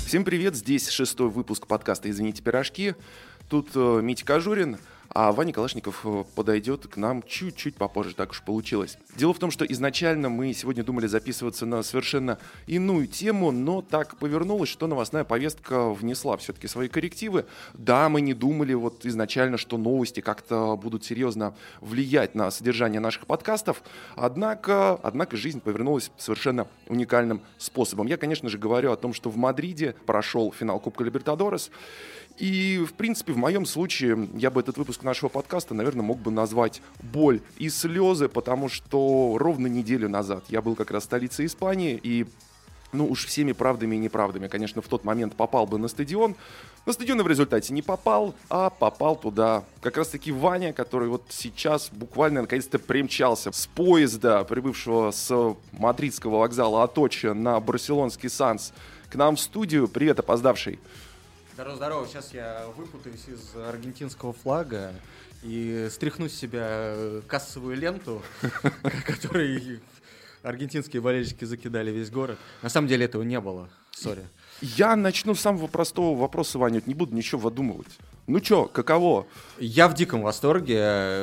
Всем привет, здесь 6-й выпуск подкаста «Извините, пирожки». Тут Митя Кожурин, а Ваня Калашников подойдет к нам чуть-чуть попозже, так уж получилось. Дело в том, что изначально мы сегодня думали записываться на совершенно иную тему, но так повернулось, что новостная повестка внесла все-таки свои коррективы. Да, мы не думали вот изначально, что новости как-то будут серьезно влиять на содержание наших подкастов, однако жизнь повернулась совершенно уникальным способом. Я, конечно же, говорю о том, что в Мадриде прошел финал Кубка Либертадорес. И, в принципе, в моем случае я бы этот выпуск нашего подкаста, наверное, мог бы назвать «Боль и слезы», потому что ровно неделю назад я был как раз в столице Испании и, уж всеми правдами и неправдами, конечно, в тот момент попал бы на стадион. На стадион в результате не попал, а попал туда как раз-таки Ваня, который вот сейчас буквально наконец-то примчался с поезда, прибывшего с мадридского вокзала Аточа на барселонский Санс к нам в студию. Привет, опоздавший. Здорово. Сейчас я выпутаюсь из аргентинского флага и стряхну с себя кассовую ленту, которой аргентинские болельщики закидали весь город. На самом деле этого не было. Сори. Я начну с самого простого вопроса, Ваня. Не буду ничего выдумывать. Ну чё, каково? Я в диком восторге.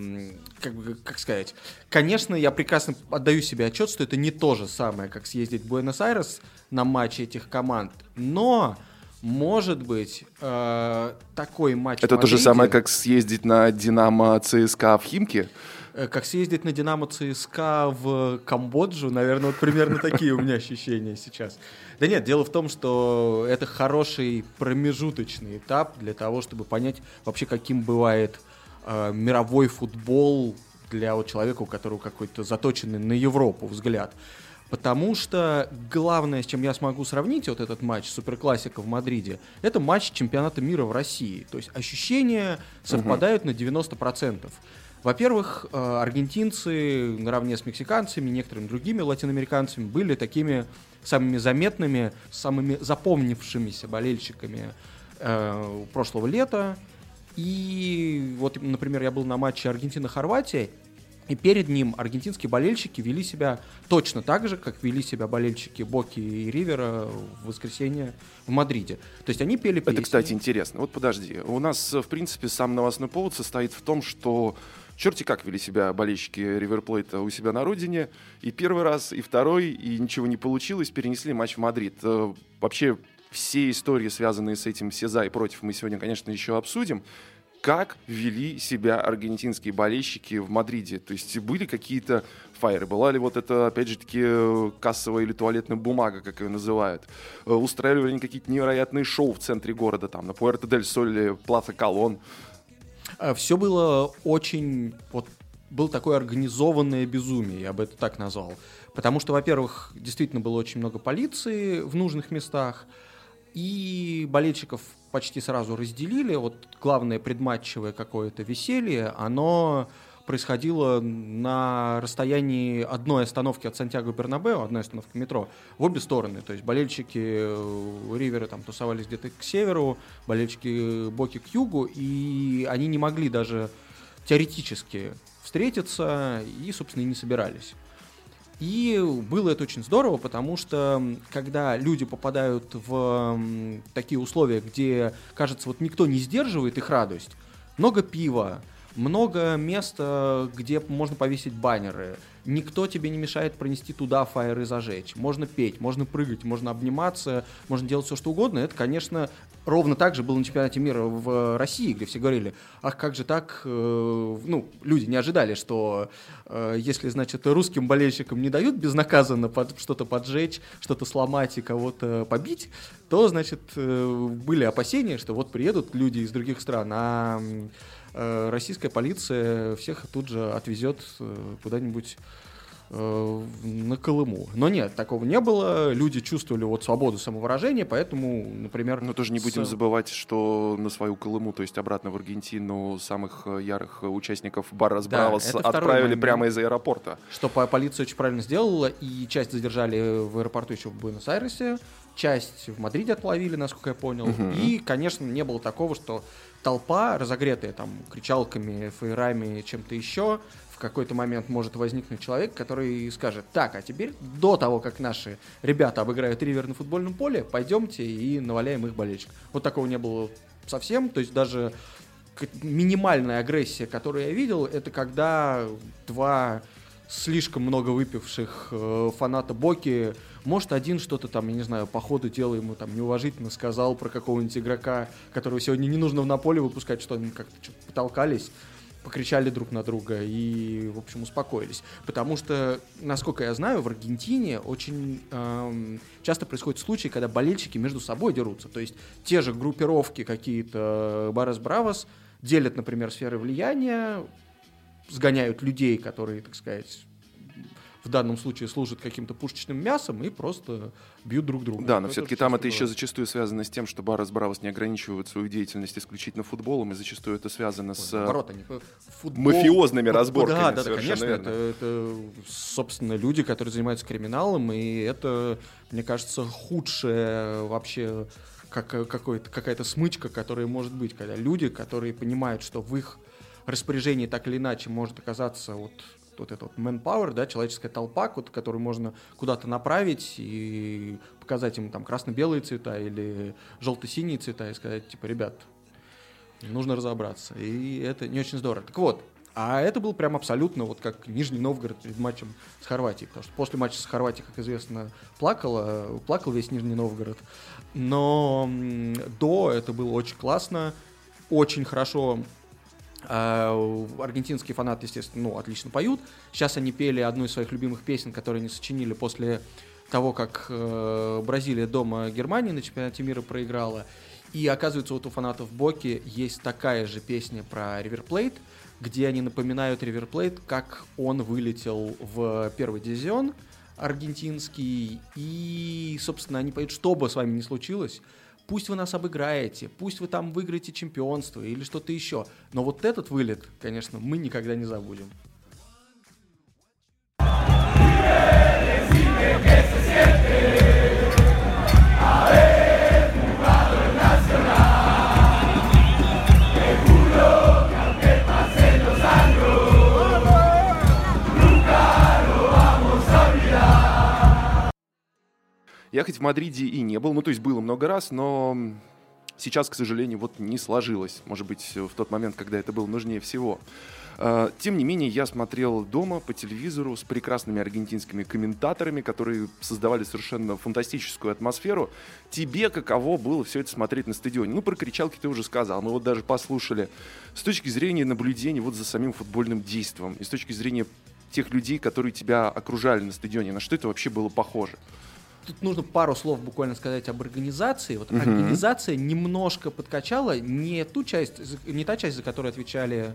Как сказать? Конечно, я прекрасно отдаю себе отчет, что это не то же самое, как съездить в Буэнос-Айрес на матчи этих команд. Но... Может быть, такой матч это в Мадриде... то же самое, как съездить на «Динамо» ЦСКА в Химки? Как съездить на «Динамо» ЦСКА в Камбоджу, наверное, вот примерно такие у меня ощущения сейчас. Да нет, дело в том, что это хороший промежуточный этап для того, чтобы понять вообще, каким бывает мировой футбол для человека, у которого какой-то заточенный на Европу взгляд. Потому что главное, с чем я смогу сравнить вот этот матч Суперклассика в Мадриде, это матч чемпионата мира в России. То есть ощущения совпадают на 90%. Во-первых, аргентинцы наравне с мексиканцами, некоторыми другими латиноамериканцами были такими самыми заметными, самыми запомнившимися болельщиками прошлого лета. И вот, например, я был на матче Аргентина-Хорватия, и перед ним аргентинские болельщики вели себя точно так же, как вели себя болельщики Боки и Ривера в воскресенье в Мадриде. То есть они пели песни. Это, кстати, интересно. Вот подожди. У нас, в принципе, сам новостной повод состоит в том, что черти как вели себя болельщики Риверплейта у себя на родине. И первый раз, и второй, и ничего не получилось, перенесли матч в Мадрид. Вообще, все истории, связанные с этим, все за и против, мы сегодня, конечно, еще обсудим. Как вели себя аргентинские болельщики в Мадриде? То есть были какие-то фаеры? Была ли вот это, опять же таки, кассовая или туалетная бумага, как ее называют? Устраивали они какие-то невероятные шоу в центре города, там, на Пуэрто-дель-Соль, Плаза Колон? Все было очень... Вот, было такое организованное безумие, я бы это так назвал. Потому что, во-первых, действительно было очень много полиции в нужных местах, и болельщиков почти сразу разделили. Вот главное предматчевое какое-то веселье, оно происходило на расстоянии одной остановки от Сантьяго-Бернабеу, одной остановки метро, в обе стороны. То есть болельщики Ривера там тусовались где-то к северу, болельщики Боки к югу, и они не могли даже теоретически встретиться и, собственно, и не собирались. И было это очень здорово, потому что когда люди попадают в такие условия, где, кажется, вот никто не сдерживает их радость, много пива, много места, где можно повесить баннеры, никто тебе не мешает пронести туда фаер и зажечь, можно петь, можно прыгать, можно обниматься, можно делать все, что угодно. Это, конечно, ровно так же было на чемпионате мира в России, где все говорили, ах, как же так, люди не ожидали, что если, значит, русским болельщикам не дают безнаказанно что-то поджечь, что-то сломать и кого-то побить, то, значит, были опасения, что вот приедут люди из других стран, а российская полиция всех тут же отвезет куда-нибудь на Колыму. Но нет, такого не было. Люди чувствовали вот свободу самовыражения, поэтому, например... Но тоже не будем забывать, что на свою Колыму, то есть обратно в Аргентину, самых ярых участников Баррас Бравос отправили прямо из аэропорта. Что полиция очень правильно сделала, и часть задержали в аэропорту еще в Буэнос-Айресе, часть в Мадриде отловили, насколько я понял. И, конечно, не было такого, что толпа, разогретая там кричалками, фаерами, чем-то еще, в какой-то момент может возникнуть человек, который скажет: так, а теперь до того, как наши ребята обыграют Ривер на футбольном поле, пойдемте и наваляем их болельщик. Вот такого не было совсем, то есть даже минимальная агрессия, которую я видел, это когда два слишком много выпивших фаната Боки, может, один что-то там, я не знаю, по ходу дела ему там неуважительно сказал про какого-нибудь игрока, которого сегодня не нужно на поле выпускать, что они как-то что-то потолкались, покричали друг на друга и, в общем, успокоились. Потому что, насколько я знаю, в Аргентине очень часто происходят случаи, когда болельщики между собой дерутся. То есть те же группировки какие-то Баррас-Бравос делят, например, сферы влияния, сгоняют людей, которые, так сказать, в данном случае служат каким-то пушечным мясом и просто бьют друг друга. Да, но все-таки там это еще зачастую связано с тем, что Баррас-Бравос не ограничивают свою деятельность исключительно футболом, и зачастую это связано с мафиозными разборками. Да, конечно, это, собственно, люди, которые занимаются криминалом, и это, мне кажется, худшее вообще какая-то смычка, которая может быть, когда люди, которые понимают, что в их распоряжении так или иначе может оказаться вот этот manpower, да, человеческая толпа, которую можно куда-то направить и показать им там красно-белые цвета или желто-синие цвета и сказать, типа, ребят, нужно разобраться. И это не очень здорово. Так вот, а это был прям абсолютно вот как Нижний Новгород перед матчем с Хорватией, потому что после матча с Хорватией, как известно, плакал весь Нижний Новгород. Но до это было очень классно, очень хорошо. Аргентинские фанаты, естественно, отлично поют. Сейчас они пели одну из своих любимых песен, которые они сочинили после того, как Бразилия дома Германии на чемпионате мира проиграла. И оказывается, вот у фанатов Боки есть такая же песня про Ривер Плейт, где они напоминают Ривер Плейт, как он вылетел в первый дивизион аргентинский. И, собственно, они поют, что бы с вами ни случилось, пусть вы нас обыграете, пусть вы там выиграете чемпионство или что-то еще. Но вот этот вылет, конечно, мы никогда не забудем. Я хоть в Мадриде и не был, ну то есть было много раз, но сейчас, к сожалению, вот не сложилось. Может быть, в тот момент, когда это было нужнее всего. Тем не менее, я смотрел дома по телевизору с прекрасными аргентинскими комментаторами, которые создавали совершенно фантастическую атмосферу. Тебе каково было все это смотреть на стадионе? Ну, про кричалки ты уже сказал, мы вот даже послушали. С точки зрения наблюдения вот за самим футбольным действием и с точки зрения тех людей, которые тебя окружали на стадионе, на что это вообще было похоже? Тут нужно пару слов буквально сказать об организации. Вот организация немножко подкачала не та часть, за которую отвечали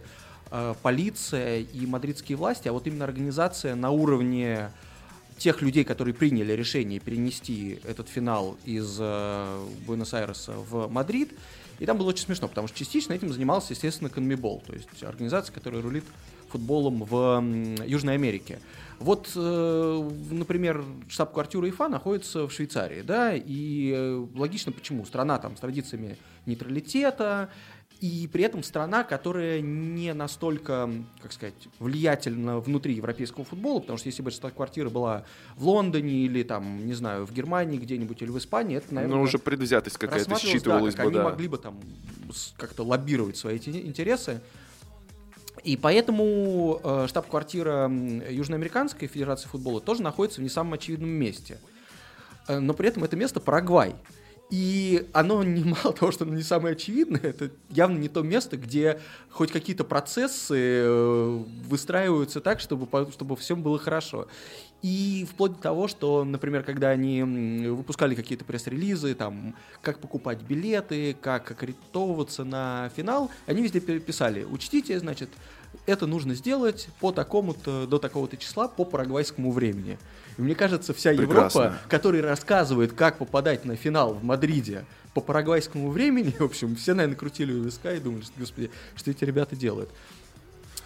полиция и мадридские власти, а вот именно организация на уровне тех людей, которые приняли решение перенести этот финал из Буэнос-Айреса в Мадрид. И там было очень смешно, потому что частично этим занимался, естественно, CONMEBOL, то есть организация, которая рулит футболом в Южной Америке. Вот, например, штаб-квартира ИФА находится в Швейцарии, да, и логично почему. Страна там с традициями нейтралитета, и при этом страна, которая не настолько, как сказать, влиятельна внутри европейского футбола, потому что если бы штаб-квартира была в Лондоне или там, не знаю, в Германии где-нибудь или в Испании, это, наверное, уже предвзятость какая-то считывалась бы, они могли бы там как-то лоббировать свои интересы. И поэтому штаб-квартира Южноамериканской Федерации футбола тоже находится в не самом очевидном месте. Но при этом это место Парагвай. И оно мало того, что оно не самое очевидное, это явно не то место, где хоть какие-то процессы выстраиваются так, чтобы всем было хорошо. И вплоть до того, что, например, когда они выпускали какие-то пресс-релизы, там, как покупать билеты, как аккредитовываться на финал, они везде писали: учтите, значит, это нужно сделать по такому-то, до такого-то числа по парагвайскому времени. И мне кажется, вся Европа, которая рассказывает, как попадать на финал в Мадриде по парагвайскому времени, в общем, все, наверное, крутили у виска и думали, что, господи, что эти ребята делают.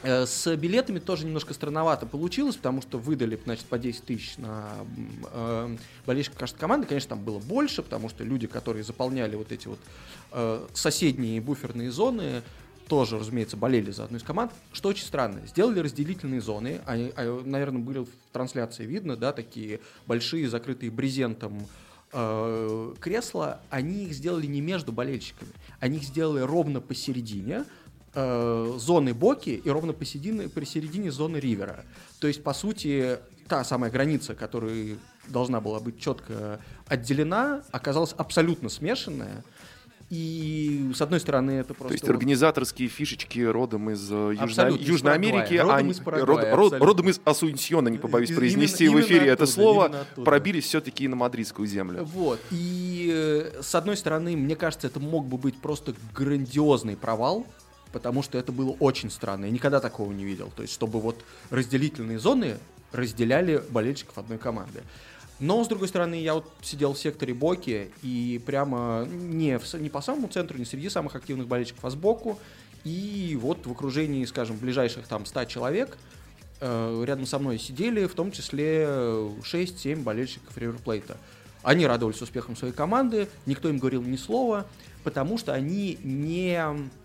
С билетами тоже немножко странновато получилось, потому что выдали, значит, по 10 тысяч на болельщиков каждой команды. Конечно, там было больше, потому что люди, которые заполняли вот эти вот соседние буферные зоны, тоже, разумеется, болели за одну из команд. Что очень странно, сделали разделительные зоны, они, наверное, были в трансляции видно, да, такие большие, закрытые брезентом кресла, они их сделали не между болельщиками, они их сделали ровно посередине зоны боки и ровно посередине зоны ривера. То есть, по сути, та самая граница, которая должна была быть четко отделена, оказалась абсолютно смешанная. И, с одной стороны, это просто... То есть организаторские фишечки родом из Южной Америки, родом из Асунсьона, не побоюсь произнести в эфире это слово, пробились все-таки и на мадридскую землю. Вот. И, с одной стороны, мне кажется, это мог бы быть просто грандиозный провал, потому что это было очень странно. Я никогда такого не видел. То есть, чтобы вот разделительные зоны разделяли болельщиков одной команды. Но, с другой стороны, я вот сидел в секторе боки, и прямо не по самому центру, не среди самых активных болельщиков, а сбоку. И вот в окружении, скажем, ближайших там 100 человек рядом со мной сидели, в том числе 6-7 болельщиков Ривер Плейта. Они радовались успехам своей команды, никто им говорил ни слова, потому что они не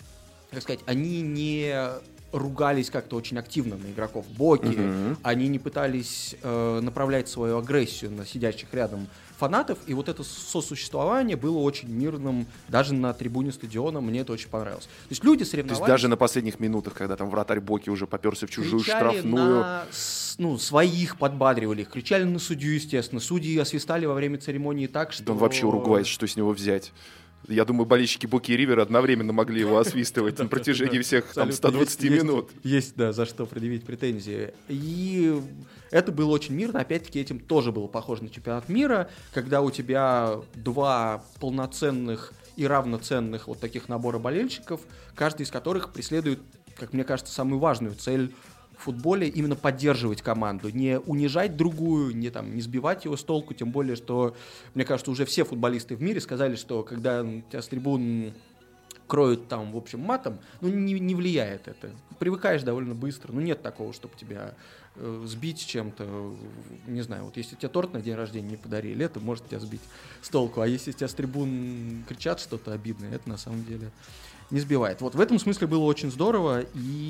ругались как-то очень активно на игроков Боки, они не пытались направлять свою агрессию на сидящих рядом фанатов, и вот это сосуществование было очень мирным, даже на трибуне стадиона, мне это очень понравилось. То есть люди соревновались... То есть даже на последних минутах, когда там вратарь Боки уже поперся в чужую штрафную... Своих подбадривали их, кричали на судью, естественно, судьи освистали во время церемонии так, что... Да он вообще уругваец, что с него взять? Я думаю, болельщики Боки и Ривера одновременно могли его освистывать на протяжении всех 120 минут. Есть, да, за что предъявить претензии. И это было очень мирно. Опять-таки, этим тоже было похоже на чемпионат мира, когда у тебя два полноценных и равноценных вот таких набора болельщиков, каждый из которых преследует, как мне кажется, самую важную цель в футболе, именно поддерживать команду, не унижать другую, не сбивать его с толку, тем более, что, мне кажется, уже все футболисты в мире сказали, что когда тебя с трибун кроют там, в общем, матом, не влияет это. Привыкаешь довольно быстро, нет такого, чтобы тебя сбить чем-то, не знаю, вот если тебе торт на день рождения не подарили, это может тебя сбить с толку, а если тебя с трибун кричат что-то обидное, это на самом деле... не сбивает. Вот в этом смысле было очень здорово.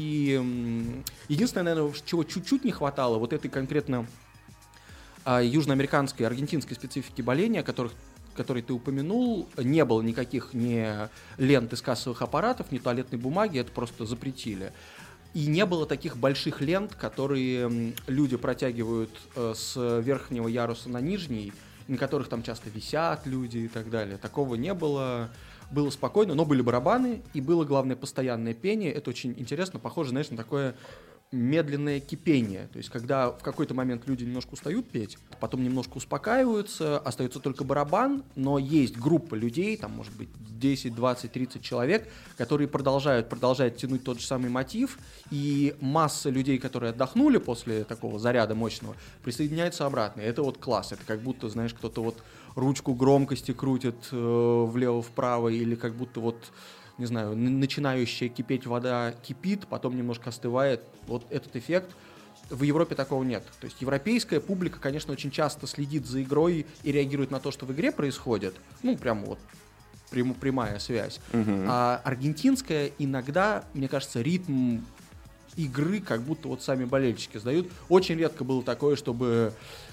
И единственное, наверное, чего чуть-чуть не хватало, вот этой конкретно южноамериканской, аргентинской специфики боления, который ты упомянул, не было никаких ни лент из кассовых аппаратов, ни туалетной бумаги, это просто запретили. И не было таких больших лент, которые люди протягивают с верхнего яруса на нижний, на которых там часто висят люди и так далее. Такого не было. Было спокойно, но были барабаны, и было, главное, постоянное пение. Это очень интересно, похоже, знаешь, на такое медленное кипение. То есть, когда в какой-то момент люди немножко устают петь, потом немножко успокаиваются, остается только барабан, но есть группа людей, там, может быть, 10, 20, 30 человек, которые продолжают тянуть тот же самый мотив, и масса людей, которые отдохнули после такого заряда мощного, присоединяются обратно. И это вот класс. Это как будто, знаешь, кто-то вот ручку громкости крутит влево-вправо, или как будто вот, не знаю, начинающая кипеть вода кипит, потом немножко остывает. Вот этот эффект. В Европе такого нет. То есть европейская публика, конечно, очень часто следит за игрой и реагирует на то, что в игре происходит. Прям вот прямая связь. А аргентинская иногда, мне кажется, ритм игры как будто вот сами болельщики сдают. Очень редко было такое, чтобы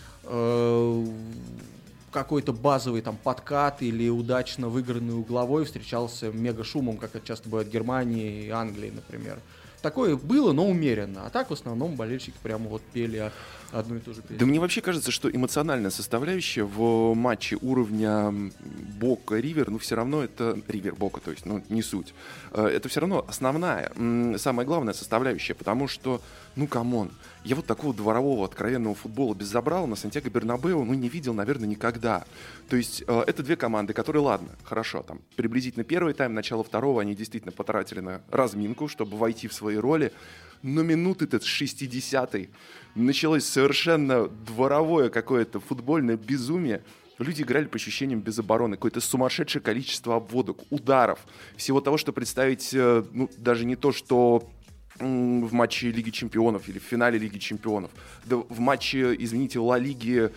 какой-то базовый там подкат или удачно выигранный угловой встречался мега-шумом, как это часто бывает в Германии и Англии, например. Такое было, но умеренно. А так в основном болельщики прямо вот пели одну и ту же песню. Да мне вообще кажется, что эмоциональная составляющая в матче уровня Бока-Ривер, все равно это Ривер-Бока, то есть, не суть. Это все равно основная, самая главная составляющая, потому что, камон, я вот такого дворового откровенного футбола без забрала на Сантьяго-Бернабеу, не видел, наверное, никогда. То есть это две команды, которые, ладно, хорошо, там, приблизительно первый тайм, начало второго они действительно потратили на разминку, чтобы войти в свои роли, но минуты-то с 60-й началось совершенно дворовое какое-то футбольное безумие. Люди играли по ощущениям без обороны. Какое-то сумасшедшее количество обводок, ударов. Всего того, что представить, даже не то, что в матче Лиги Чемпионов или в финале Лиги Чемпионов. Да в матче, извините, Ла Лиги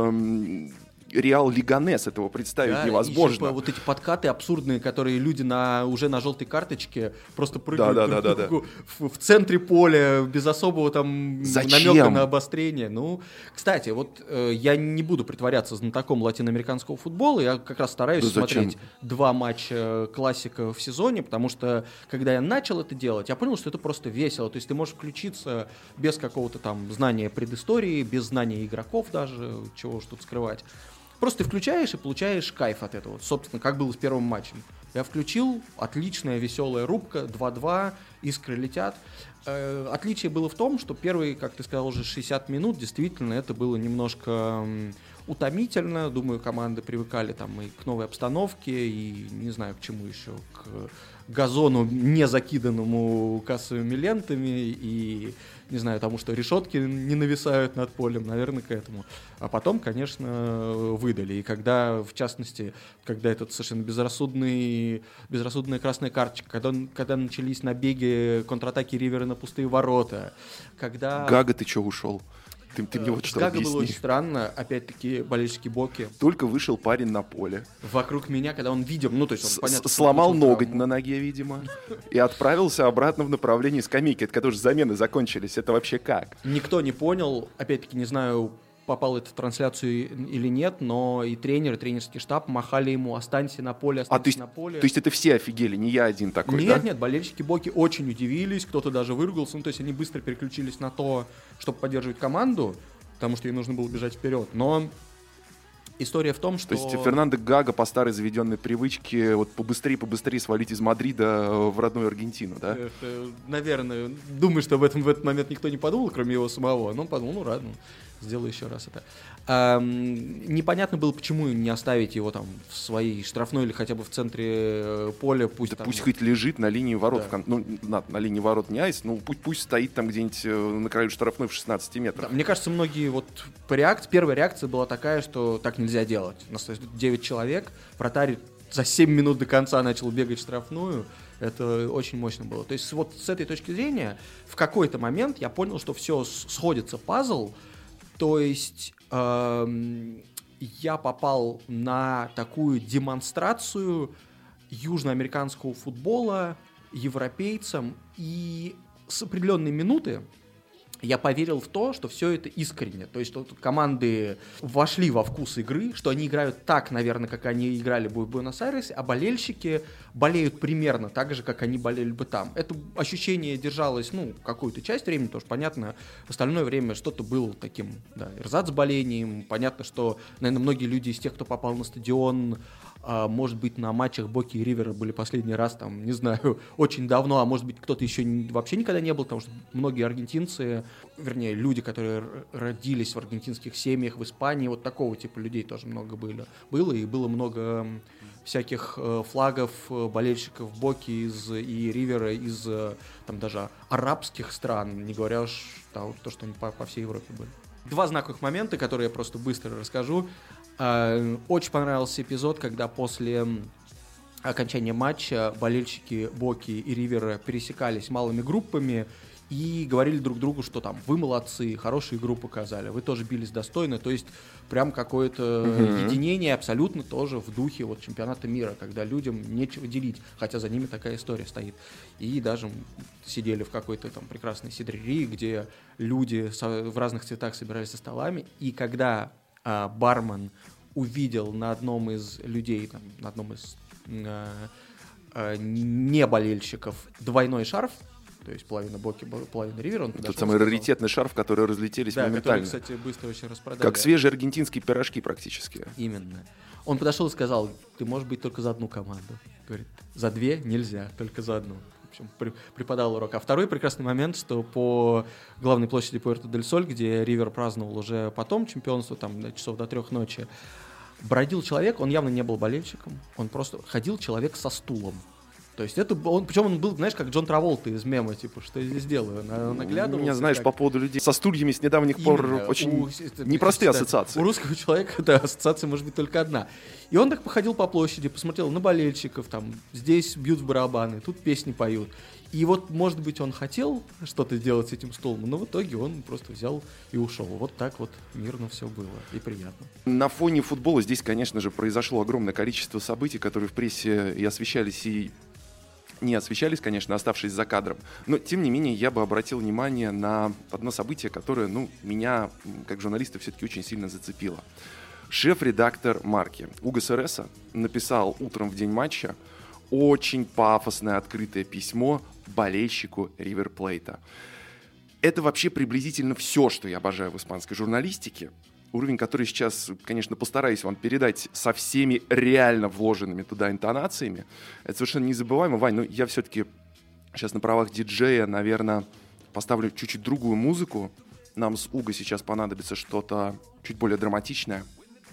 Реал Лиганес, этого представить невозможно. Еще вот эти подкаты абсурдные, которые люди уже на желтой карточке просто прыгают в центре поля без особого там намека на обострение. Ну, кстати, вот я не буду притворяться знатоком латиноамериканского футбола, я как раз стараюсь смотреть 2 матча классика в сезоне, потому что, когда я начал это делать, я понял, что это просто весело. То есть ты можешь включиться без какого-то там знания предыстории, без знания игроков даже, чего уж тут скрывать. Просто ты включаешь и получаешь кайф от этого. Собственно, как было с первым матчем. Я включил, отличная веселая рубка, 2-2, искры летят. Отличие было в том, что первые, как ты сказал, уже 60 минут, действительно, это было немножко утомительно. Думаю, команды привыкали там и к новой обстановке, и не знаю, к чему еще, к газону, не закиданному кассовыми лентами, и, не знаю, тому, что решетки не нависают над полем, наверное, к этому. А потом, конечно, выдали. И когда, в частности, когда этот совершенно безрассудная красная карточка, когда начались набеги, контратаки Ривера на пустые ворота, когда... Гага, ты чё ушел? Ты мне вот что Гага объясни. было очень странно, опять-таки, болельщики Боки. Только вышел парень на поле. Вокруг меня, когда он видел, ну, то есть он, понятно, сломал ноготь на ноге, видимо, и отправился обратно в направлении скамейки, от которой замены закончились. Это вообще как? Никто не понял, опять-таки, не знаю, попал это в трансляцию или нет, но и тренер, и тренерский штаб махали ему: останься на поле, останься на поле. То есть это все офигели, не я один такой, да? Нет, болельщики Боки очень удивились, кто-то даже выругался, ну, то есть они быстро переключились на то, чтобы поддерживать команду, потому что ей нужно было бежать вперед, но история в том, что... То есть Фернандо Гага по старой заведенной привычке вот побыстрее свалить из Мадрида в родную Аргентину, да? Это, наверное, думаю, что об этом в этот момент никто не подумал, кроме его самого, но он подумал, ну, ладно, сделаю еще раз это. Непонятно было, почему не оставить его там в своей штрафной или хотя бы в центре поля. Пусть, да там... пусть хоть лежит на линии ворот. Да. Ну, на линии ворот не айс, ну пусть стоит там где-нибудь на краю штрафной в 16 метрах. Да, мне кажется, многие вот первая реакция была такая, что так нельзя делать. У нас 9 человек, вратарь за 7 минут до конца начал бегать в штрафную. Это очень мощно было. То есть вот с этой точки зрения в какой-то момент я понял, что все сходится, пазл. То есть я попал на такую демонстрацию южноамериканского футбола европейцам, и с определенной минуты я поверил в то, что все это искренне. То есть, что команды вошли во вкус игры, что они играют так, наверное, как они играли бы в Буэнос-Айресе, а болельщики болеют примерно так же, как они болели бы там. Это ощущение держалось, ну, какую-то часть времени, потому что, понятно, в остальное время что-то было таким, да, эрзац-болением. Понятно, что, наверное, многие люди из тех, кто попал на стадион, может быть, на матчах Боки и Ривера были последний раз, там, не знаю, очень давно, а может быть, кто-то еще вообще никогда не был, потому что многие аргентинцы, вернее, люди, которые родились в аргентинских семьях в Испании, вот такого типа людей тоже много было, и было много всяких флагов, болельщиков Боки и Ривера из, там, даже арабских стран, не говоря уж то, что они по всей Европе были. 2 знаковых момента, которые я просто быстро расскажу. Очень понравился эпизод, когда после окончания матча болельщики Боки и Ривера пересекались малыми группами и говорили друг другу, что там: вы молодцы, хорошую игру показали, вы тоже бились достойно. То есть прям какое-то единение абсолютно тоже в духе вот чемпионата мира, когда людям нечего делить, хотя за ними такая история стоит. И даже сидели в какой-то там прекрасной сидрерии, где люди в разных цветах собирались за столами, и когда бармен увидел на одном из людей, там, на одном из неболельщиков двойной шарф, то есть половина Боки, половина Ривера, он подошел. Тот самый раритетный шарф, который разлетелись моментально. Который, кстати, быстро очень распродали. Как свежие аргентинские пирожки практически. Именно. Он подошел и сказал: ты можешь быть только за одну команду. Говорит, за 2 нельзя, только за одну. В общем, преподал урок. А второй прекрасный момент, что по главной площади Пуэрто-дель-Соль, где Ривер праздновал уже потом чемпионство, там, часов до 3 ночи, бродил человек, он явно не был болельщиком, он просто ходил человек со стулом. То есть это он, причем он был, знаешь, как Джон Траволта из мема, типа, что я здесь делаю, наглядывался. У меня, знаешь, по поводу людей со стульями с недавних пор очень непростые ассоциации. У русского человека, да, ассоциация может быть только одна. И он так походил по площади, посмотрел на болельщиков, там, здесь бьют в барабаны, тут песни поют. И вот, может быть, он хотел что-то сделать с этим стулом, но в итоге он просто взял и ушел. Вот так вот мирно все было и приятно. На фоне футбола здесь, конечно же, произошло огромное количество событий, которые в прессе и освещались, и не освещались, конечно, оставшись за кадром. Но, тем не менее, я бы обратил внимание на одно событие, которое, меня, как журналиста, все-таки очень сильно зацепило. Шеф-редактор марки Уго Сереса написал утром в день матча очень пафосное открытое письмо болельщику Ривер Плейта. Это вообще приблизительно все, что я обожаю в испанской журналистике. Уровень, который сейчас, конечно, постараюсь вам передать со всеми реально вложенными туда интонациями. Это совершенно незабываемо. Вань, я все-таки сейчас на правах диджея, наверное, поставлю чуть-чуть другую музыку. Нам с Уго сейчас понадобится что-то чуть более драматичное.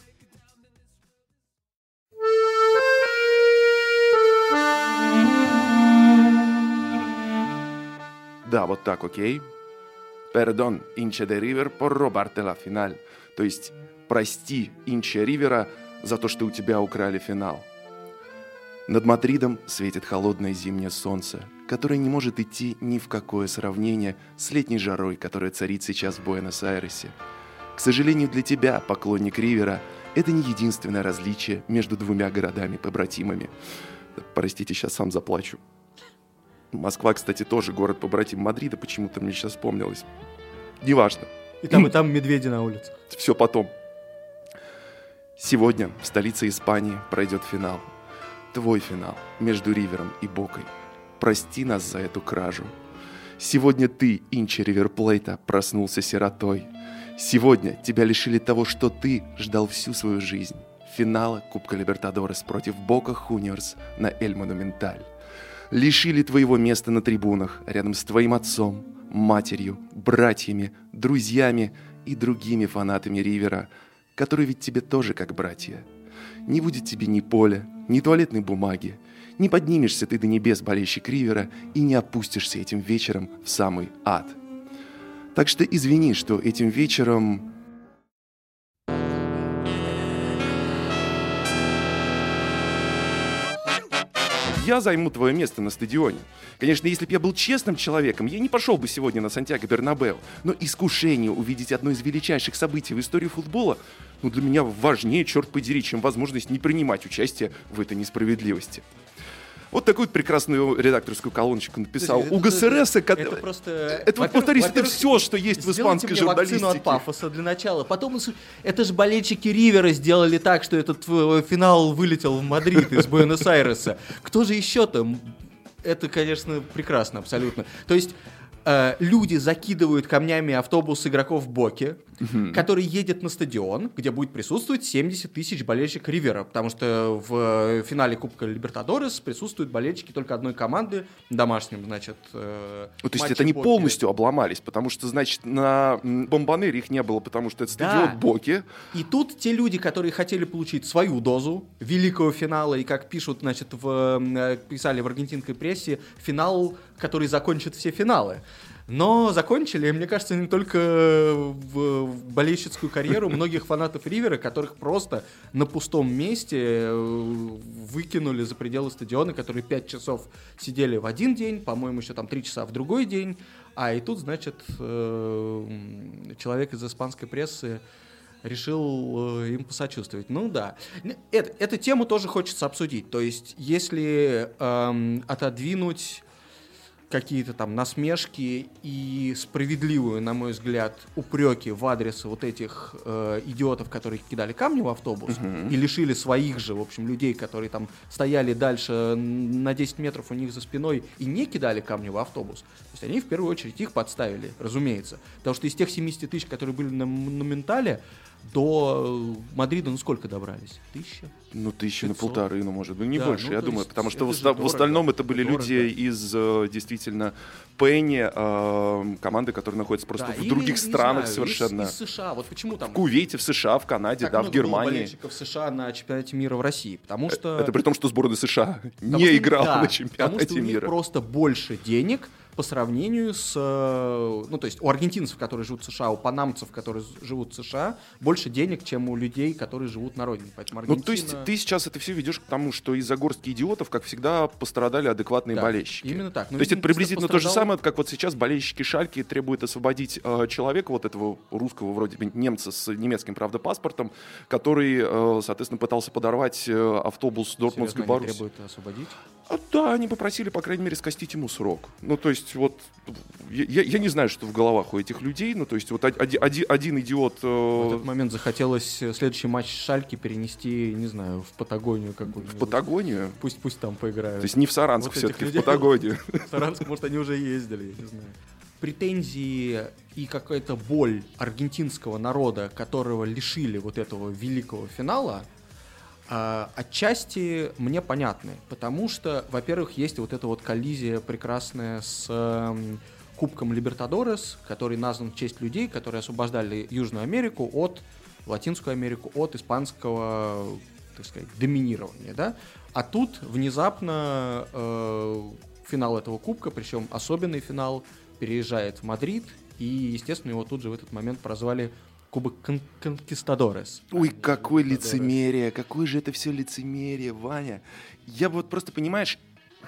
Да, вот так, окей. Perdón, hincha de River, por robarte la final. То есть, прости, hincha Ривера, за то, что у тебя украли финал. Над Мадридом светит холодное зимнее солнце, которое не может идти ни в какое сравнение с летней жарой, которая царит сейчас в Буэнос-Айресе. К сожалению для тебя, поклонник Ривера, это не единственное различие между двумя городами-побратимами. Простите, сейчас сам заплачу. Москва, кстати, тоже город-побратим Мадрида, почему-то мне сейчас вспомнилось. Неважно. И там медведи на улице. Все потом. Сегодня в столице Испании пройдет финал. Твой финал между Ривером и Бокой. Прости нас за эту кражу. Сегодня ты, инча Риверплейта, проснулся сиротой. Сегодня тебя лишили того, что ты ждал всю свою жизнь. Финала Кубка Либертадорес против Бока Хуниорс на Эль Монументаль. Лишили твоего места на трибунах рядом с твоим отцом, матерью, братьями, друзьями и другими фанатами Ривера, которые ведь тебе тоже как братья. Не будет тебе ни поля, ни туалетной бумаги, не поднимешься ты до небес, болельщик Ривера, и не опустишься этим вечером в самый ад. Так что извини, что этим вечером... Я займу твое место на стадионе. Конечно, если бы я был честным человеком, я не пошел бы сегодня на Сантьяго-Бернабеу. Но искушение увидеть одно из величайших событий в истории футбола, для меня важнее, черт подери, чем возможность не принимать участие в этой несправедливости. Вот такую прекрасную редакторскую колоночку написал Уго Сереса. Это просто... Это вот, повторюсь, это все, что есть в испанской журналистике. Сделайте мне вакцину от пафоса для начала. Потом, это же болельщики Ривера сделали так, что этот финал вылетел в Мадрид из Буэнос-Айреса. Кто же еще-то? Это, конечно, прекрасно, абсолютно. То есть... люди закидывают камнями автобус игроков Боки, который едет на стадион, где будет присутствовать 70 тысяч болельщиков Ривера, потому что в финале Кубка Либертадорес присутствуют болельщики только одной команды, домашним, значит, то есть это они Боки полностью обломались, потому что, значит, на Бомбонере их не было, потому что это стадион Боки. И тут те люди, которые хотели получить свою дозу великого финала, и как пишут, значит, писали в аргентинской прессе, финал, который закончит все финалы. Но закончили, мне кажется, не только в болельщицкую карьеру многих фанатов Ривера, которых просто на пустом месте выкинули за пределы стадиона, которые 5 часов сидели в один день, по-моему, еще там 3 часа в другой день. И тут, значит, человек из испанской прессы решил им посочувствовать. Ну да. Эту тему тоже хочется обсудить. То есть, если отодвинуть какие-то там насмешки и справедливую, на мой взгляд, упреки в адрес вот этих идиотов, которые кидали камни в автобус и лишили своих же, в общем, людей, которые там стояли дальше на 10 метров у них за спиной и не кидали камни в автобус. То есть они в первую очередь их подставили, разумеется. Потому что из тех 70 тысяч, которые были на Монументале, до Мадрида, сколько добрались? 1000? 1000 на 1,5, может быть, не больше, я думаю, потому что в остальном это были люди из, действительно, Пенни, команды, которые находятся просто в других странах совершенно. Из США, вот почему там... В Кувейте, в США, в Канаде, в Германии. Болельщиков США на чемпионате мира в России, потому что... Это при том, что сборная США не играла на чемпионате мира. Потому что у них просто больше денег, по сравнению с... Ну, то есть у аргентинцев, которые живут в США, у панамцев, которые живут в США, больше денег, чем у людей, которые живут на родине. Поэтому Аргентина... Ну, то есть ты сейчас это все ведешь к тому, что из-за горстки идиотов, как всегда, пострадали адекватные болельщики. Именно так. То есть это приблизительно то же самое, как вот сейчас болельщики Шальки требуют освободить человека, вот этого русского вроде бы немца с немецким, правда, паспортом, который, соответственно, пытался подорвать автобус Дортмундской Боруссии. Требуют освободить? Да, они попросили, по крайней мере, скостить ему срок. Ну, то есть, вот, я не знаю, что в головах у этих людей, ну, то есть, вот один идиот... В этот момент захотелось следующий матч Шальки перенести, не знаю, в Патагонию какую-нибудь. В Патагонию? Пусть там поиграют. То есть, не в Саранск вот все-таки, в Патагонию. В Саранск, может, они уже ездили, я не знаю. Претензии и какая-то боль аргентинского народа, которого лишили вот этого великого финала, отчасти мне понятны, потому что, во-первых, есть вот эта вот коллизия прекрасная с Кубком Либертадорес, который назван в честь людей, которые освобождали Южную Америку от Латинскую Америку от испанского, так сказать, доминирования, да? А тут внезапно финал этого кубка, причем особенный финал, переезжает в Мадрид, и, естественно, его тут же в этот момент прозвали Кубок Конкистадорес. Ой, какое лицемерие, какое же это все лицемерие, Ваня. Я вот просто, понимаешь,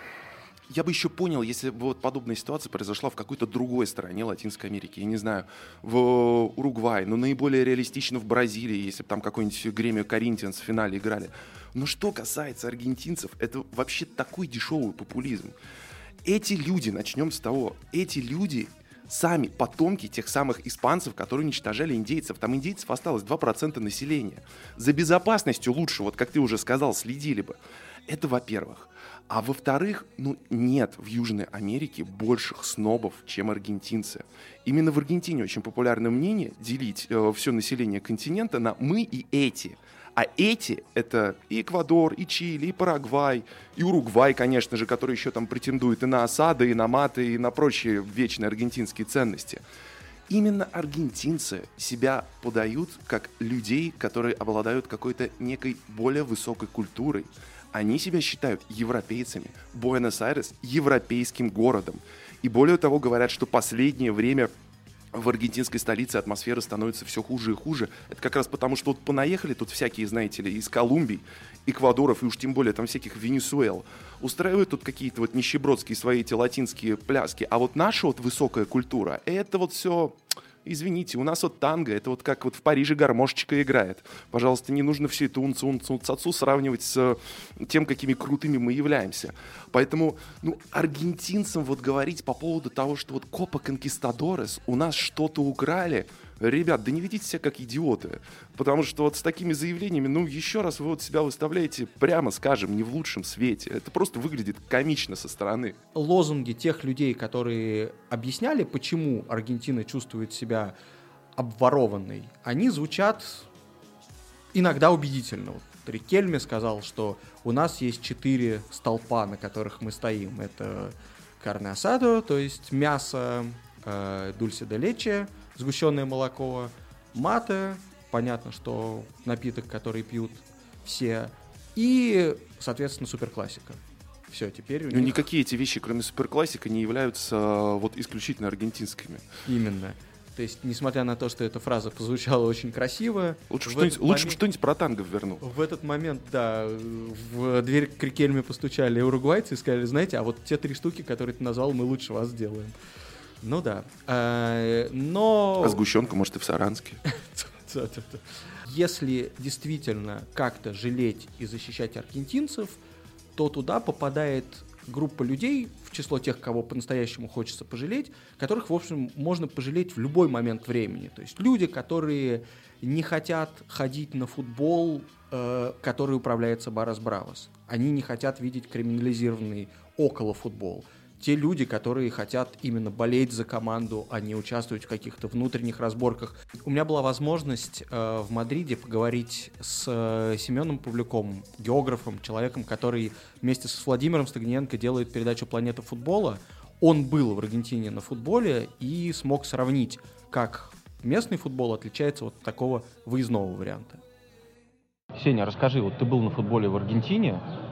я бы еще понял, если бы вот подобная ситуация произошла в какой-то другой стране Латинской Америки, я не знаю, в Уругвае, но наиболее реалистично в Бразилии, если бы там какой-нибудь Гремио Коринтианс в финале играли. Но что касается аргентинцев, это вообще такой дешевый популизм. Эти люди, начнем с того, эти люди... сами потомки тех самых испанцев, которые уничтожали индейцев. Там индейцев осталось 2% населения. За безопасностью лучше, вот как ты уже сказал, следили бы. Это во-первых. А во-вторых, нет в Южной Америке больших снобов, чем аргентинцы. Именно в Аргентине очень популярное мнение делить все население континента на «мы» и «эти». А эти — это и Эквадор, и Чили, и Парагвай, и Уругвай, конечно же, который еще там претендует и на осады, и на маты, и на прочие вечные аргентинские ценности. Именно аргентинцы себя подают как людей, которые обладают какой-то некой более высокой культурой. Они себя считают европейцами. Буэнос-Айрес — европейским городом. И более того, говорят, что последнее время в аргентинской столице атмосфера становится все хуже и хуже. Это как раз потому, что вот понаехали тут всякие, знаете ли, из Колумбии, Эквадоров и уж тем более там всяких Венесуэл. Устраивают тут какие-то вот нищебродские свои эти латинские пляски. А вот наша вот высокая культура, это вот все... Извините, у нас вот танго, это вот как вот в Париже гармошечка играет. Пожалуйста, не нужно все это унцу сравнивать с тем, какими крутыми мы являемся. Поэтому, аргентинцам вот говорить по поводу того, что вот Копа Конкистадорес у нас что-то украли, ребят, да не ведите себя как идиоты. Потому что вот с такими заявлениями, еще раз вы вот себя выставляете, прямо скажем, не в лучшем свете. Это просто выглядит комично со стороны. Лозунги тех людей, которые объясняли, почему Аргентина чувствует себя обворованной, они звучат иногда убедительно. Вот Рикельме сказал, что у нас есть 4 столпа, на которых мы стоим. Это карне асадо, то есть мясо, дульсе де лече, сгущенное молоко, мате, понятно, что напиток, который пьют все, и, соответственно, суперклассика. Все, теперь у них... Никакие эти вещи, кроме суперклассика, не являются вот исключительно аргентинскими. Именно. То есть, несмотря на то, что эта фраза прозвучала очень красиво... Лучше бы что-нибудь про танго вернул. В этот момент, да, в дверь к Рикельме постучали уругвайцы и сказали, знаете, а вот те 3 штуки, которые ты назвал, мы лучше вас сделаем. Ну да. Но... А сгущенка, может, и в Саранске. Если действительно как-то жалеть и защищать аргентинцев, то туда попадает группа людей, в число тех, кого по-настоящему хочется пожалеть, которых, в общем, можно пожалеть в любой момент времени. То есть люди, которые не хотят ходить на футбол, который управляется Баррас Бравос. Они не хотят видеть криминализированный околофутбол. Те люди, которые хотят именно болеть за команду, а не участвовать в каких-то внутренних разборках. У меня была возможность в Мадриде поговорить с Семеном Павлюком, географом, человеком, который вместе с Владимиром Стагниенко делает передачу «Планета футбола». Он был в Аргентине на футболе и смог сравнить, как местный футбол отличается от такого выездного варианта. Сеня, расскажи, вот ты был на футболе в Аргентине.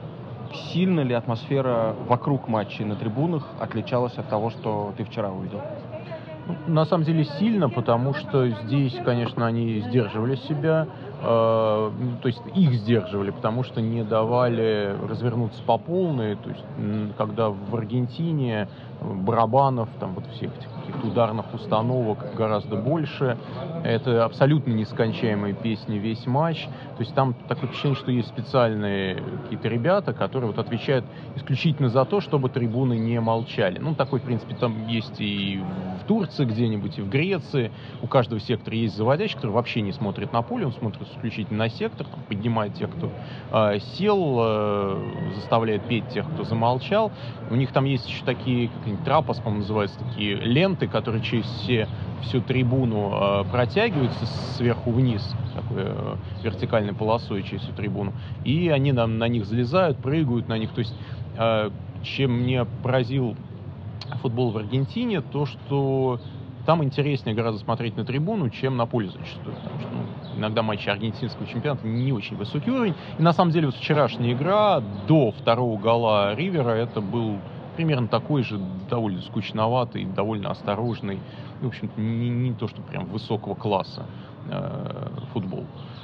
сильно ли атмосфера вокруг матчей на трибунах отличалась от того, что ты вчера увидел? На самом деле сильно, потому что здесь, конечно, они сдерживали себя, то есть их сдерживали, потому что не давали развернуться по полной. То есть, когда в Аргентине барабанов, там вот всех этих каких-то ударных установок гораздо больше, это абсолютно нескончаемые песни весь матч. То есть там такое впечатление, что есть специальные какие-то ребята, которые вот отвечают исключительно за то, чтобы трибуны не молчали. Ну, такой, в принципе, там есть и в Турции где-нибудь, и в Греции. У каждого сектора есть заводящий, который вообще не смотрит на поле, он смотрит исключительно на сектор, там, поднимает тех, кто сел, заставляет петь тех, кто замолчал. У них там есть еще такие, как-нибудь трапас, по-моему, называются, такие ленты, которые через всю трибуну протягиваются сверху вниз, такой вертикальной полосой через всю трибуну, и они на них залезают, прыгают на них. То есть, чем меня поразил футбол в Аргентине, то, что там интереснее гораздо смотреть на трибуну, чем на поле зачастую, потому что иногда матчи аргентинского чемпионата не очень высокий уровень. И на самом деле вот вчерашняя игра до второго гола Ривера, это был примерно такой же, довольно скучноватый, довольно осторожный, в общем-то, не то, что прям высокого класса футбол.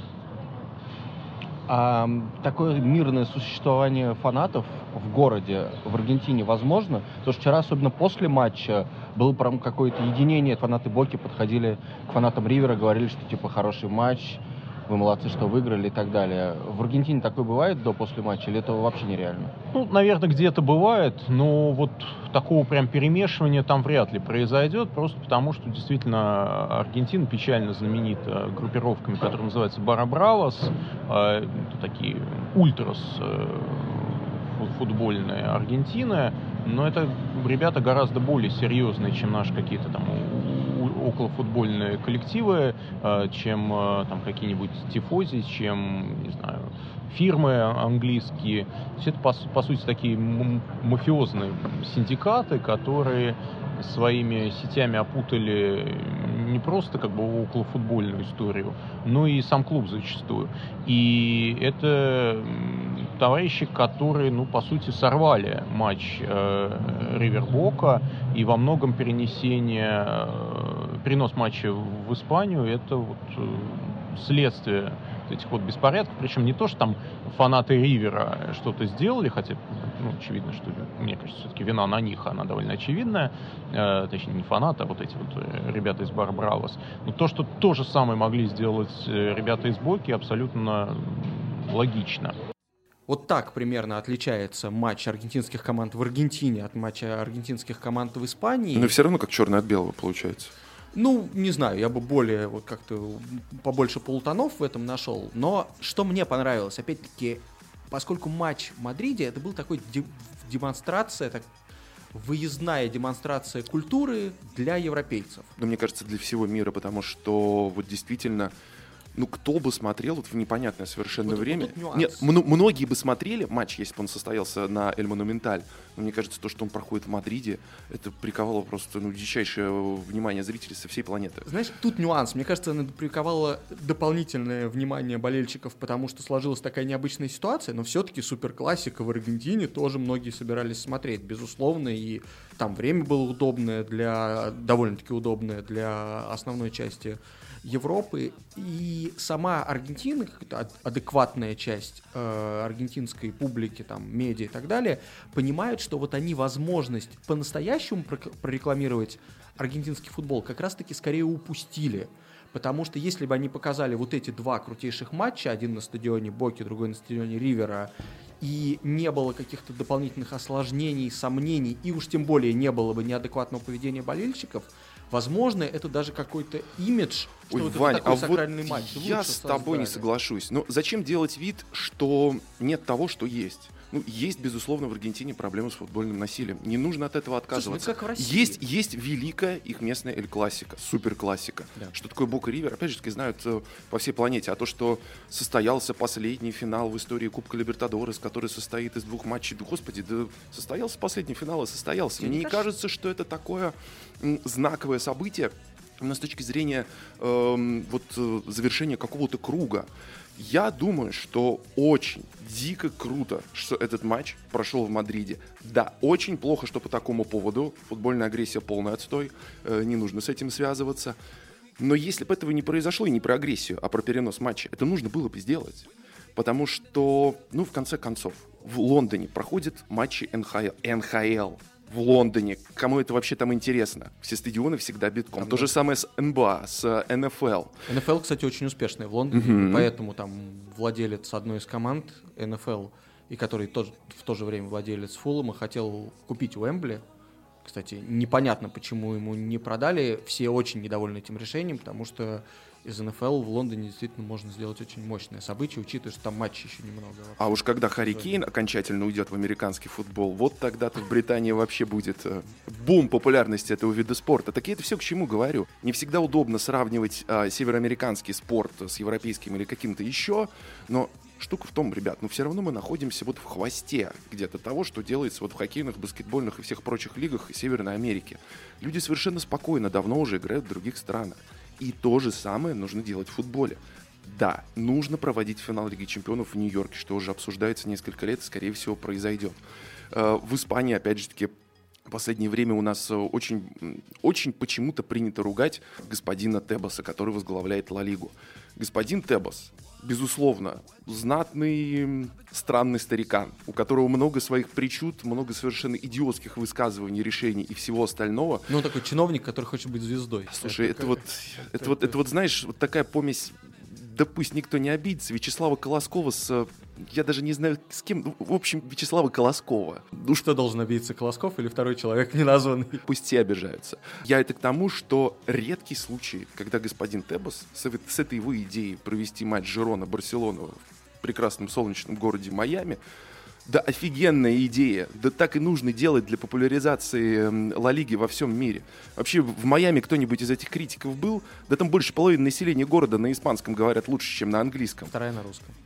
А такое мирное существование фанатов в городе, в Аргентине возможно? Потому что вчера, особенно после матча, было прям какое-то единение. Фанаты Боки подходили к фанатам Ривера, говорили, что типа хороший матч, вы молодцы, что выиграли и так далее. В Аргентине такое бывает до-после матча или это вообще нереально? Ну, наверное, где-то бывает, но вот такого прям перемешивания там вряд ли произойдет, просто потому что действительно Аргентина печально знаменита группировками, которые называются Барра Бравос, это такие ультрас футбольные Аргентины, но это ребята гораздо более серьезные, чем наши какие-то там околофутбольные коллективы, чем там какие-нибудь тифози, чем, не знаю, фирмы английские. То есть это, по сути, такие мафиозные синдикаты, которые своими сетями опутали не просто как бы околофутбольную историю, но и сам клуб зачастую. И это товарищи, которые, ну, по сути, сорвали матч Ривер Бока, и во многом перенос матча в Испанию, это вот следствие этих вот беспорядков, причем не то, что там фанаты Ривера что-то сделали, хотя, ну, очевидно, что, мне кажется, все-таки вина на них, она довольно очевидная, точнее, не фанаты, а вот эти вот ребята из Бар Бравос. Но то, что то же самое могли сделать ребята из Боки, абсолютно логично. Вот так примерно отличается матч аргентинских команд в Аргентине от матча аргентинских команд в Испании. Но все равно как черное от белого получается. Ну, не знаю, я бы более вот как-то побольше полутонов в этом нашел. Но что мне понравилось, опять-таки, поскольку матч в Мадриде, это был такой демонстрация, выездная демонстрация культуры для европейцев. Но мне кажется, для всего мира, потому что вот действительно, ну, кто бы смотрел вот в непонятное совершенно время. Нет, многие бы смотрели матч, если бы он состоялся на Эль Монументаль. Но мне кажется, то, что он проходит в Мадриде, это приковало просто, ну, дичайшее внимание зрителей со всей планеты. Знаешь, тут нюанс. Мне кажется, она приковала дополнительное внимание болельщиков, потому что сложилась такая необычная ситуация, но все-таки суперклассика в Аргентине тоже многие собирались смотреть, безусловно, и там время было удобное довольно-таки удобное для основной части Европы, и сама Аргентина, какая-то адекватная часть аргентинской публики, там, медиа и так далее, понимают, что вот они возможность по-настоящему прорекламировать аргентинский футбол как раз-таки скорее упустили. Потому что если бы они показали вот эти два крутейших матча, один на стадионе Боки, другой на стадионе Ривера, и не было каких-то дополнительных осложнений, сомнений, и уж тем более не было бы неадекватного поведения болельщиков, возможно, это даже какой-то имидж, что вот Вань, это такой а сакральный вот матч. Я с тобой не соглашусь. Но зачем делать вид, что нет того, что есть? Ну, есть, безусловно, в Аргентине проблемы с футбольным насилием. Не нужно от этого отказываться. Слушай, ну, как в России. Есть великая их местная эль-классика, суперклассика. Да. Что такое Бока Ривер, опять же таки, знают по всей планете. А то, что состоялся последний финал в истории Кубка Либертадорес, который состоит из двух матчей, да, господи, да состоялся последний финал и состоялся. Мне не кажется, что это такое знаковое событие, именно с точки зрения завершения какого-то круга. Я думаю, что очень дико круто, что этот матч прошел в Мадриде. Да, очень плохо, что по такому поводу. Футбольная агрессия полный отстой. Не нужно с этим связываться. Но если бы этого не произошло, и не про агрессию, а про перенос матча, это нужно было бы сделать. Потому что, в конце концов, в Лондоне проходят матчи НХЛ. В Лондоне. Кому это вообще там интересно? Все стадионы всегда битком. Там То же самое с НБА, с НФЛ. НФЛ, кстати, очень успешная в Лондоне, поэтому там владелец одной из команд НФЛ, и который в то же время владелец Фулхэма, хотел купить Уэмбли. Кстати, непонятно, почему ему не продали. Все очень недовольны этим решением, потому что из НФЛ в Лондоне действительно можно сделать очень мощное событие, учитывая, что там матчей еще немного. А уж когда Харри Кейн окончательно уйдет в американский футбол, вот тогда-то в Британии вообще будет бум популярности этого вида спорта. Так я это все к чему говорю. Не всегда удобно сравнивать североамериканский спорт с европейским или каким-то еще, но штука в том, ребят, все равно мы находимся вот в хвосте где-то того, что делается вот в хоккейных, баскетбольных и всех прочих лигах Северной Америки. Люди совершенно спокойно давно уже играют в других странах. И то же самое нужно делать в футболе. Да, нужно проводить финал Лиги Чемпионов в Нью-Йорке, что уже обсуждается несколько лет и, скорее всего, произойдет. В Испании, опять же таки, в последнее время у нас очень почему-то принято ругать господина Тебоса, который возглавляет Ла Лигу. Господин Тебос, безусловно, знатный, странный старикан, у которого много своих причуд, много совершенно идиотских высказываний, решений и всего остального. Ну, такой чиновник, который хочет быть звездой. Слушай, это вот, знаешь, вот такая помесь, да пусть никто не обидится, Вячеслава Колоскова с... Я даже не знаю, с кем. В общем, Вячеслава Колоскова. Ну, что должен обидеться, Колосков или второй человек неназванный? Пусть все обижаются. Я это к тому, что редкий случай, когда господин Тебос с этой его идеей провести матч Жирона-Барселона в прекрасном солнечном городе Майами, да офигенная идея, да так и нужно делать для популяризации Ла Лиги во всем мире. Вообще в Майами кто-нибудь из этих критиков был? Да там больше половины населения города на испанском говорят лучше, чем на английском. Вторая на русском.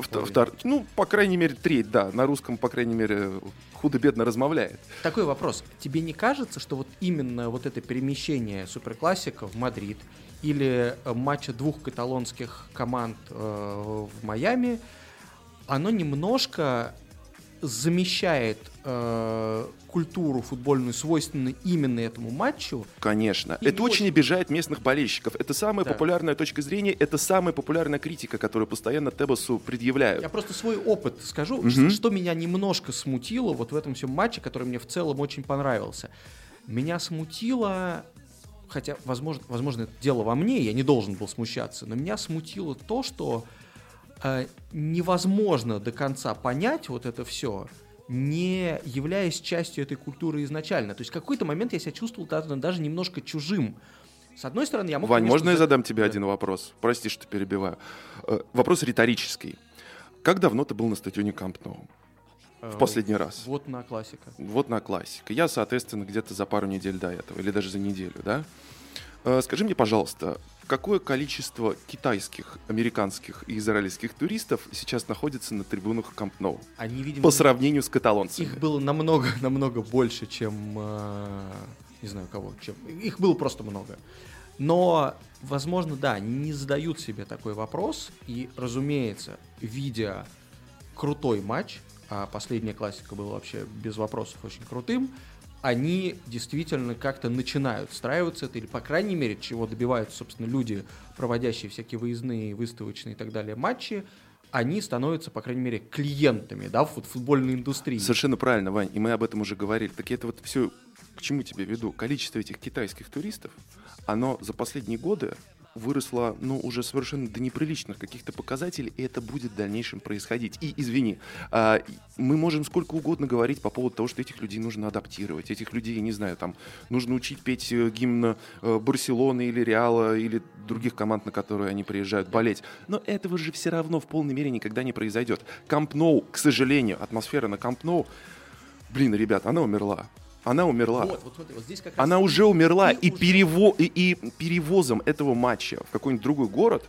По крайней мере, треть, да. На русском, по крайней мере, худо-бедно размовляет. Такой вопрос. Тебе не кажется, что вот именно вот это перемещение суперклассика в Мадрид или матча двух каталонских команд в Майами, оно немножко замещает культуру футбольную, свойственную именно этому матчу? Конечно. Это очень обижает местных болельщиков. Это самая популярная точка зрения, это самая популярная критика, которую постоянно Тебосу предъявляют. Я просто свой опыт скажу, что меня немножко смутило вот в этом всем матче, который мне в целом очень понравился. Меня смутило, хотя, возможно, это дело во мне, я не должен был смущаться, но меня смутило то, что невозможно до конца понять вот это все, не являясь частью этой культуры изначально. То есть в какой-то момент я себя чувствовал даже немножко чужим. С одной стороны, я мог... Вань, можно я задам тебе один вопрос? Прости, что перебиваю. Вопрос риторический. Как давно ты был на стадионе Камп Ноу? В последний раз? Вот на классика. Вот на классика. Я, соответственно, где-то за пару недель до этого, или даже за неделю, да? Скажи мне, пожалуйста, какое количество китайских, американских и израильских туристов сейчас находится на трибунах Камп Ноу? Они, видимо, по сравнению с каталонцами. Их было намного больше, чем... не знаю кого. Их было просто много. Но, возможно, да, они не задают себе такой вопрос. И, разумеется, видя крутой матч, а последняя классика была вообще без вопросов очень крутым, они действительно как-то начинают встраиваться это, или, по крайней мере, чего добиваются, собственно, люди, проводящие всякие выездные, выставочные и так далее матчи, они становятся, по крайней мере, клиентами, да, в футбольной индустрии. Совершенно правильно, Вань, и мы об этом уже говорили. Так это вот все, к чему тебе веду? Количество этих китайских туристов, оно за последние годы выросло, уже совершенно до неприличных каких-то показателей, и это будет в дальнейшем происходить. И, извини, мы можем сколько угодно говорить по поводу того, что этих людей нужно адаптировать, этих людей, не знаю, там, нужно учить петь гимн Барселоны или Реала, или других команд, на которые они приезжают болеть. Но этого же все равно в полной мере никогда не произойдет. Камп Ноу, к сожалению, атмосфера на Камп Ноу, ребят, она умерла. Она умерла. Вот смотри, вот здесь как раз она уже умерла, и перевозом этого матча в какой-нибудь другой город,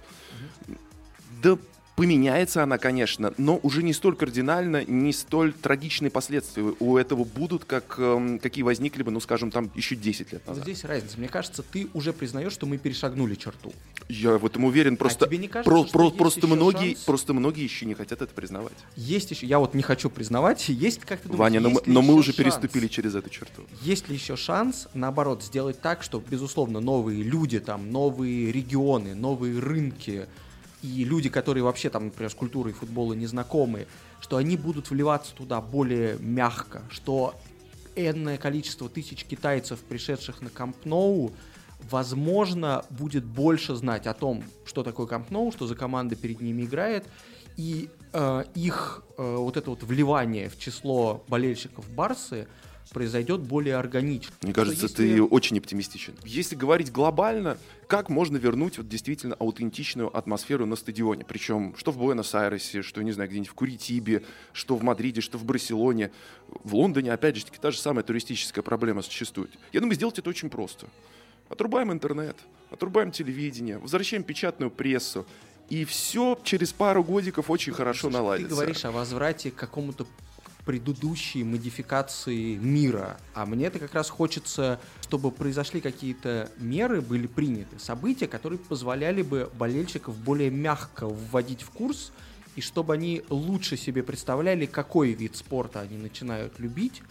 да поменяется она, конечно, но уже не столь кардинально, не столь трагичные последствия у этого будут, какие возникли бы, скажем, там еще 10 лет назад. Вот здесь разница. Мне кажется, ты уже признаешь, что мы перешагнули черту. Я в этом уверен, просто, тебе не кажется, что есть просто, еще многие, шанс? просто многие еще не хотят это признавать. Есть еще, я вот не хочу признавать, есть, как ты думаешь, Ваня, есть ли но мы еще уже шанс? переступили через эту черту. Есть ли еще шанс, наоборот, сделать так, что, безусловно, новые люди, там, новые регионы, новые рынки и люди, которые вообще, там, например, с культурой футбола не знакомы, что они будут вливаться туда более мягко, что энное количество тысяч китайцев, пришедших на Камп Ноу, возможно, будет больше знать о том, что такое Камп Ноу, что за команда перед ними играет, и их вот это вот вливание в число болельщиков Барсы произойдет более органично. Мне кажется, ты очень оптимистичен. Если говорить глобально, как можно вернуть вот действительно аутентичную атмосферу на стадионе? Причем что в Буэнос-Айресе, что, не знаю, где-нибудь в Куритибе, что в Мадриде, что в Барселоне. В Лондоне, опять же, та же самая туристическая проблема существует. Я думаю, сделать это очень просто. Отрубаем интернет, отрубаем телевидение, возвращаем печатную прессу, и все через пару годиков очень хорошо наладится. Ты говоришь о возврате к какому-то предыдущей модификации мира, а мне-то как раз хочется, чтобы произошли какие-то меры, были приняты, события, которые позволяли бы болельщиков более мягко вводить в курс, и чтобы они лучше себе представляли, какой вид спорта они начинают любить,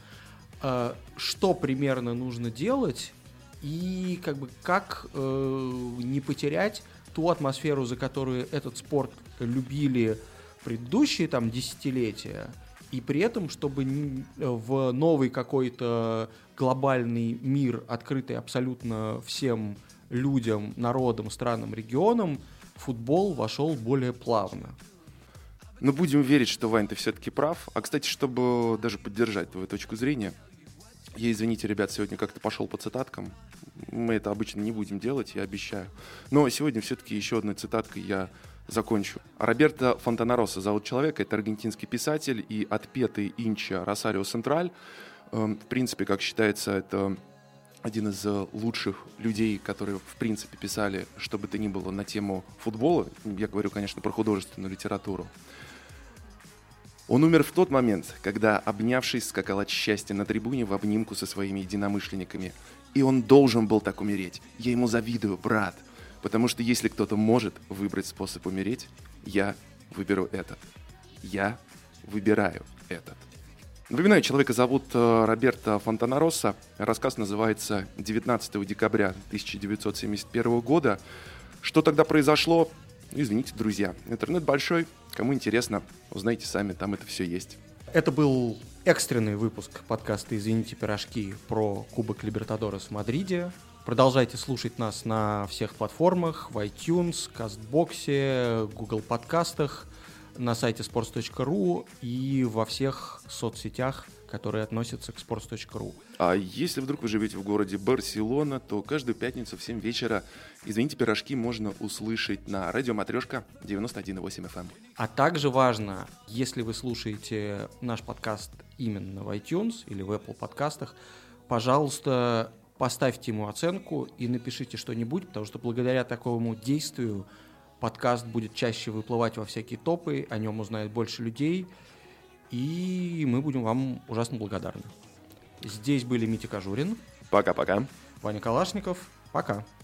что примерно нужно делать, и как не потерять ту атмосферу, за которую этот спорт любили предыдущие там десятилетия, и при этом, чтобы в новый какой-то глобальный мир, открытый абсолютно всем людям, народам, странам, регионам, футбол вошел более плавно. Но будем верить, что, Вань, ты все-таки прав. А, кстати, чтобы даже поддержать твою точку зрения, я, извините, ребят, сегодня как-то пошел по цитаткам. Мы это обычно не будем делать, я обещаю. Но сегодня все-таки еще одной цитаткой я закончу. Роберто Фонтанароса зовут человека, это аргентинский писатель и отпетый инча Росарио Сентраль. В принципе, как считается, это один из лучших людей, которые, в принципе, писали, что бы то ни было, на тему футбола. Я говорю, конечно, про художественную литературу. Он умер в тот момент, когда, обнявшись, скакал от счастья на трибуне в обнимку со своими единомышленниками. И он должен был так умереть. Я ему завидую, брат. Потому что если кто-то может выбрать способ умереть, я выберу этот. Я выбираю этот. Напоминаю, человека зовут Роберто Фонтанароса. Рассказ называется «19 декабря 1971 года». Что тогда произошло? Извините, друзья. Интернет большой. Кому интересно, узнайте сами, там это все есть. Это был экстренный выпуск подкаста «Извините, пирожки» про Кубок Либертадорес в Мадриде. Продолжайте слушать нас на всех платформах, в iTunes, Кастбоксе, Google подкастах, на сайте sports.ru и во всех соцсетях, которые относятся к sports.ru. А если вдруг вы живете в городе Барселона, то каждую пятницу в 7 вечера «Извините, пирожки» можно услышать на радио «Матрешка» 91,8 FM. А также важно, если вы слушаете наш подкаст именно в iTunes или в Apple подкастах, пожалуйста, поставьте ему оценку и напишите что-нибудь, потому что благодаря такому действию подкаст будет чаще выплывать во всякие топы, о нем узнает больше людей, и мы будем вам ужасно благодарны. Здесь были Митя Кожурин. Пока-пока. Ваня Калашников. Пока.